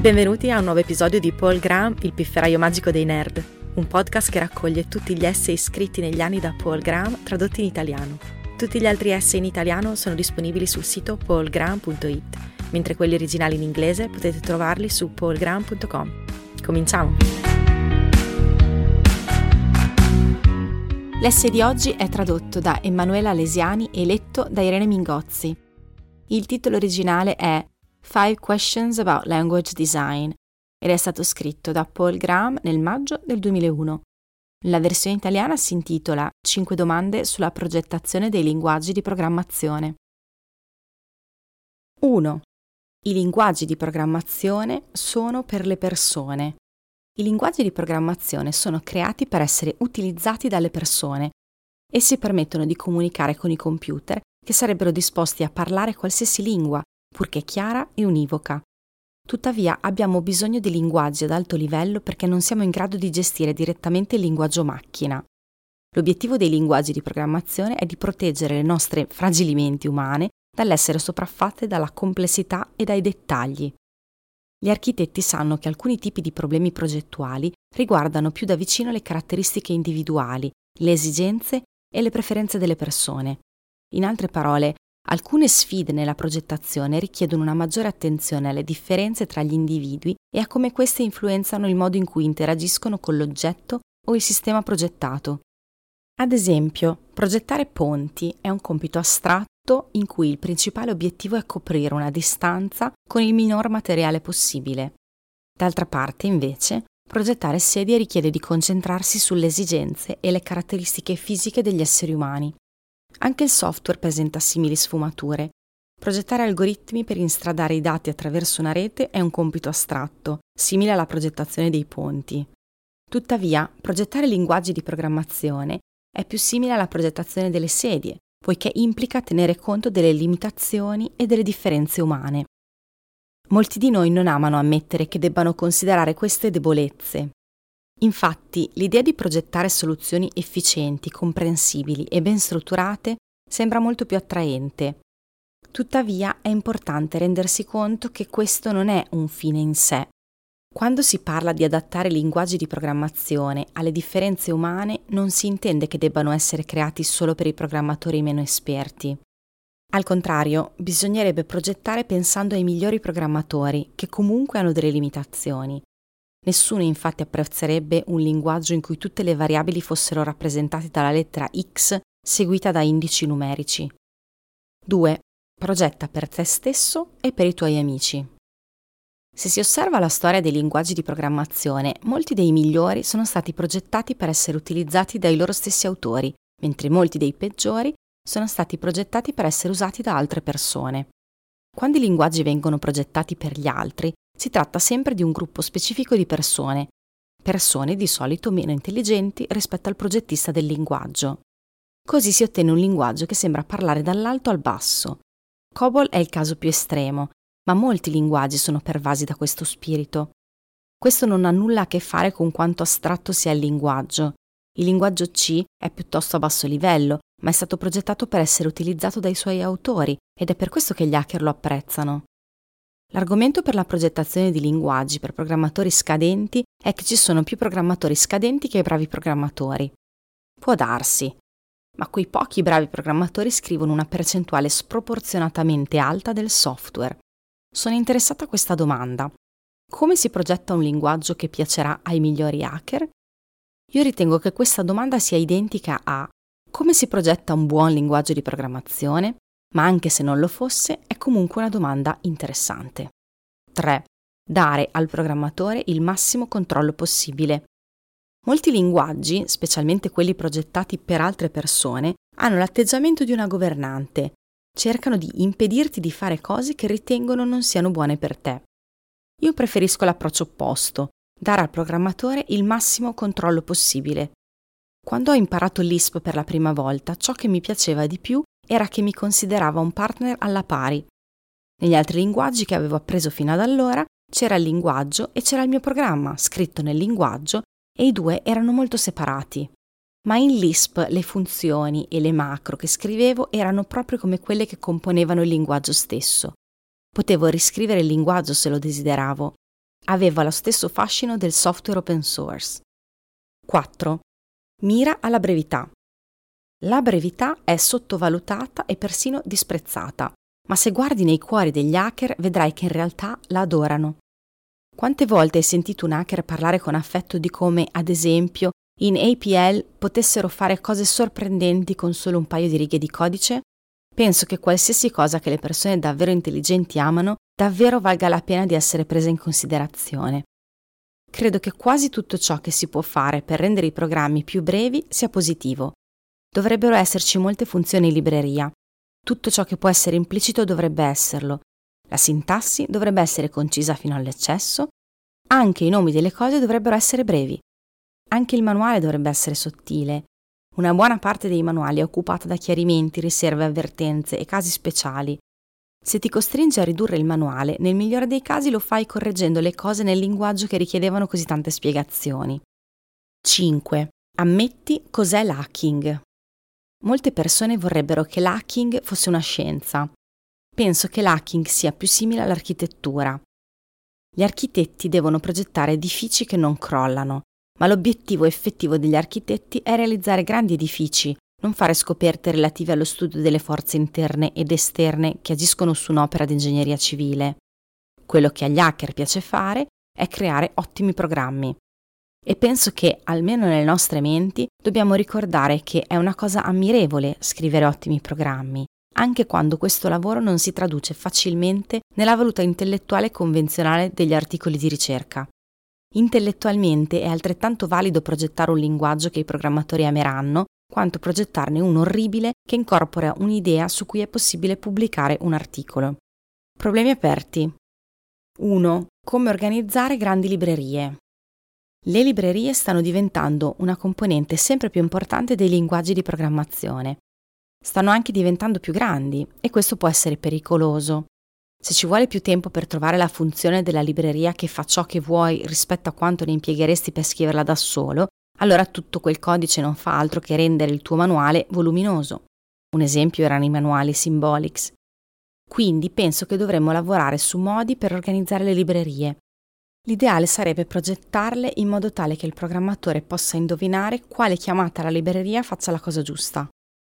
Benvenuti a un nuovo episodio di Paul Graham, il pifferaio magico dei nerd, un podcast che raccoglie tutti gli essay scritti negli anni da Paul Graham tradotti in italiano. Tutti gli altri essay in italiano sono disponibili sul sito paulgraham.it, mentre quelli originali in inglese potete trovarli su paulgraham.com. Cominciamo! L'essay di oggi è tradotto da Emanuela Lesiani e letto da Irene Mingozzi. Il titolo originale è 5 Questions About Language Design ed è stato scritto da Paul Graham nel maggio del 2001. La versione italiana si intitola 5 domande sulla progettazione dei linguaggi di programmazione. 1. I linguaggi di programmazione sono per le persone. I linguaggi di programmazione sono creati per essere utilizzati dalle persone. Essi permettono di comunicare con i computer che sarebbero disposti a parlare qualsiasi lingua, purché chiara e univoca. Tuttavia abbiamo bisogno di linguaggi ad alto livello perché non siamo in grado di gestire direttamente il linguaggio macchina. L'obiettivo dei linguaggi di programmazione è di proteggere le nostre fragili menti umane dall'essere sopraffatte dalla complessità e dai dettagli. Gli architetti sanno che alcuni tipi di problemi progettuali riguardano più da vicino le caratteristiche individuali, le esigenze e le preferenze delle persone. In altre parole, alcune sfide nella progettazione richiedono una maggiore attenzione alle differenze tra gli individui e a come queste influenzano il modo in cui interagiscono con l'oggetto o il sistema progettato. Ad esempio, progettare ponti è un compito astratto in cui il principale obiettivo è coprire una distanza con il minor materiale possibile. D'altra parte, invece, progettare sedie richiede di concentrarsi sulle esigenze e le caratteristiche fisiche degli esseri umani. Anche il software presenta simili sfumature. Progettare algoritmi per instradare i dati attraverso una rete è un compito astratto, simile alla progettazione dei ponti. Tuttavia, progettare linguaggi di programmazione è più simile alla progettazione delle sedie, poiché implica tenere conto delle limitazioni e delle differenze umane. Molti di noi non amano ammettere che debbano considerare queste debolezze. Infatti, l'idea di progettare soluzioni efficienti, comprensibili e ben strutturate sembra molto più attraente. Tuttavia, è importante rendersi conto che questo non è un fine in sé. Quando si parla di adattare linguaggi di programmazione alle differenze umane, non si intende che debbano essere creati solo per i programmatori meno esperti. Al contrario, bisognerebbe progettare pensando ai migliori programmatori, che comunque hanno delle limitazioni. Nessuno infatti apprezzerebbe un linguaggio in cui tutte le variabili fossero rappresentate dalla lettera X seguita da indici numerici. 2. Progetta per te stesso e per i tuoi amici. Se si osserva la storia dei linguaggi di programmazione, molti dei migliori sono stati progettati per essere utilizzati dai loro stessi autori, mentre molti dei peggiori sono stati progettati per essere usati da altre persone. Quando i linguaggi vengono progettati per gli altri, si tratta sempre di un gruppo specifico di persone di solito meno intelligenti rispetto al progettista del linguaggio. Così si ottiene un linguaggio che sembra parlare dall'alto al basso. COBOL è il caso più estremo, ma molti linguaggi sono pervasi da questo spirito. Questo non ha nulla a che fare con quanto astratto sia il linguaggio. Il linguaggio C è piuttosto a basso livello, ma è stato progettato per essere utilizzato dai suoi autori ed è per questo che gli hacker lo apprezzano. L'argomento per la progettazione di linguaggi per programmatori scadenti è che ci sono più programmatori scadenti che bravi programmatori. Può darsi, ma quei pochi bravi programmatori scrivono una percentuale sproporzionatamente alta del software. Sono interessata a questa domanda. Come si progetta un linguaggio che piacerà ai migliori hacker? Io ritengo che questa domanda sia identica a come si progetta un buon linguaggio di programmazione? Ma anche se non lo fosse, è comunque una domanda interessante. 3. Dare al programmatore il massimo controllo possibile. Molti linguaggi, specialmente quelli progettati per altre persone, hanno l'atteggiamento di una governante. Cercano di impedirti di fare cose che ritengono non siano buone per te. Io preferisco l'approccio opposto, dare al programmatore il massimo controllo possibile. Quando ho imparato Lisp per la prima volta, ciò che mi piaceva di più era che mi considerava un partner alla pari. Negli altri linguaggi che avevo appreso fino ad allora c'era il linguaggio e c'era il mio programma, scritto nel linguaggio, e i due erano molto separati. Ma in Lisp le funzioni e le macro che scrivevo erano proprio come quelle che componevano il linguaggio stesso. Potevo riscrivere il linguaggio se lo desideravo. aveva lo stesso fascino del software open source. 4. Mira alla brevità. La brevità è sottovalutata e persino disprezzata, ma se guardi nei cuori degli hacker vedrai che in realtà la adorano. Quante volte hai sentito un hacker parlare con affetto di come, ad esempio, in APL potessero fare cose sorprendenti con solo un paio di righe di codice? Penso che qualsiasi cosa che le persone davvero intelligenti amano davvero valga la pena di essere presa in considerazione. Credo che quasi tutto ciò che si può fare per rendere i programmi più brevi sia positivo. Dovrebbero esserci molte funzioni in libreria. Tutto ciò che può essere implicito dovrebbe esserlo. La sintassi dovrebbe essere concisa fino all'eccesso. Anche i nomi delle cose dovrebbero essere brevi. Anche il manuale dovrebbe essere sottile. Una buona parte dei manuali è occupata da chiarimenti, riserve, avvertenze e casi speciali. Se ti costringe a ridurre il manuale, nel migliore dei casi lo fai correggendo le cose nel linguaggio che richiedevano così tante spiegazioni. 5. Ammetti cos'è l'hacking. Molte persone vorrebbero che l'hacking fosse una scienza. Penso che l'hacking sia più simile all'architettura. Gli architetti devono progettare edifici che non crollano, ma l'obiettivo effettivo degli architetti è realizzare grandi edifici, non fare scoperte relative allo studio delle forze interne ed esterne che agiscono su un'opera di ingegneria civile. Quello che agli hacker piace fare è creare ottimi programmi. E penso che, almeno nelle nostre menti, dobbiamo ricordare che è una cosa ammirevole scrivere ottimi programmi, anche quando questo lavoro non si traduce facilmente nella valuta intellettuale convenzionale degli articoli di ricerca. Intellettualmente è altrettanto valido progettare un linguaggio che i programmatori ameranno, quanto progettarne uno orribile che incorpora un'idea su cui è possibile pubblicare un articolo. Problemi aperti. 1. Come organizzare grandi librerie. Le librerie stanno diventando una componente sempre più importante dei linguaggi di programmazione. Stanno anche diventando più grandi e questo può essere pericoloso. Se ci vuole più tempo per trovare la funzione della libreria che fa ciò che vuoi rispetto a quanto ne impiegheresti per scriverla da solo, allora tutto quel codice non fa altro che rendere il tuo manuale voluminoso. Un esempio erano i manuali Symbolics. Quindi penso che dovremmo lavorare su modi per organizzare le librerie. L'ideale sarebbe progettarle in modo tale che il programmatore possa indovinare quale chiamata alla libreria faccia la cosa giusta.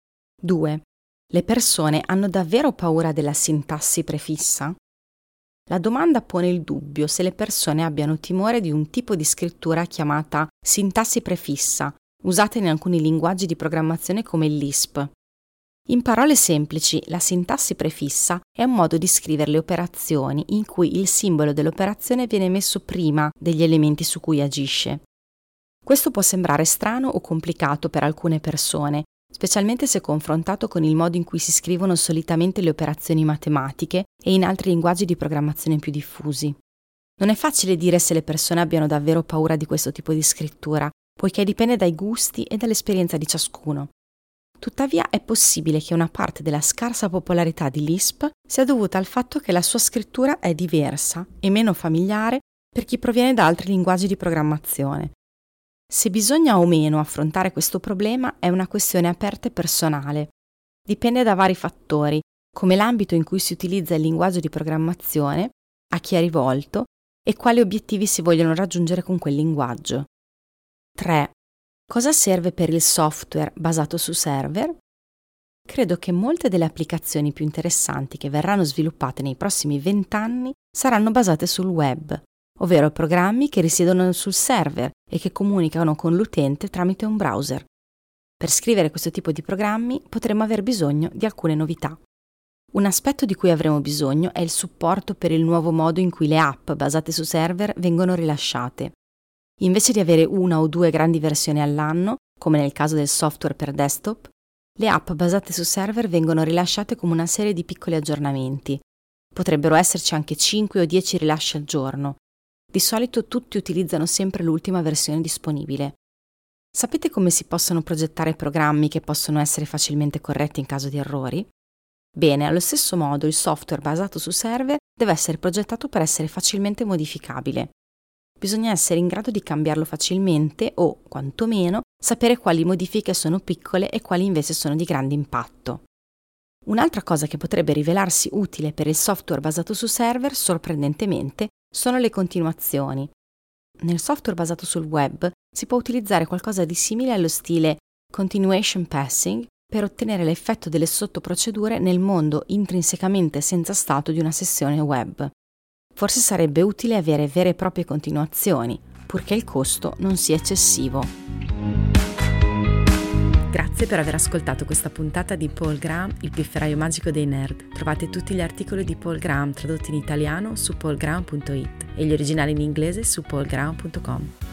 2. Le persone hanno davvero paura della sintassi prefissa? La domanda pone il dubbio se le persone abbiano timore di un tipo di scrittura chiamata sintassi prefissa, usata in alcuni linguaggi di programmazione come il Lisp. In parole semplici, la sintassi prefissa è un modo di scrivere le operazioni in cui il simbolo dell'operazione viene messo prima degli elementi su cui agisce. Questo può sembrare strano o complicato per alcune persone, specialmente se confrontato con il modo in cui si scrivono solitamente le operazioni matematiche e in altri linguaggi di programmazione più diffusi. Non è facile dire se le persone abbiano davvero paura di questo tipo di scrittura, poiché dipende dai gusti e dall'esperienza di ciascuno. Tuttavia è possibile che una parte della scarsa popolarità di Lisp sia dovuta al fatto che la sua scrittura è diversa e meno familiare per chi proviene da altri linguaggi di programmazione. Se bisogna o meno affrontare questo problema è una questione aperta e personale. Dipende da vari fattori, come l'ambito in cui si utilizza il linguaggio di programmazione, a chi è rivolto e quali obiettivi si vogliono raggiungere con quel linguaggio. 3. Cosa serve per il software basato su server? Credo che molte delle applicazioni più interessanti che verranno sviluppate nei prossimi 20 anni saranno basate sul web, ovvero programmi che risiedono sul server e che comunicano con l'utente tramite un browser. Per scrivere questo tipo di programmi potremo aver bisogno di alcune novità. Un aspetto di cui avremo bisogno è il supporto per il nuovo modo in cui le app basate su server vengono rilasciate. Invece di avere una o due grandi versioni all'anno, come nel caso del software per desktop, le app basate su server vengono rilasciate come una serie di piccoli aggiornamenti. Potrebbero esserci anche 5 o 10 rilasci al giorno. Di solito tutti utilizzano sempre l'ultima versione disponibile. Sapete come si possono progettare programmi che possono essere facilmente corretti in caso di errori? Bene, allo stesso modo il software basato su server deve essere progettato per essere facilmente modificabile. Bisogna essere in grado di cambiarlo facilmente o, quantomeno, sapere quali modifiche sono piccole e quali invece sono di grande impatto. Un'altra cosa che potrebbe rivelarsi utile per il software basato su server, sorprendentemente, sono le continuazioni. Nel software basato sul web si può utilizzare qualcosa di simile allo stile continuation passing per ottenere l'effetto delle sottoprocedure nel mondo intrinsecamente senza stato di una sessione web. Forse sarebbe utile avere vere e proprie continuazioni, purché il costo non sia eccessivo. Grazie per aver ascoltato questa puntata di Paul Graham, il pifferaio magico dei nerd. Trovate tutti gli articoli di Paul Graham tradotti in italiano su paulgraham.it e gli originali in inglese su paulgraham.com.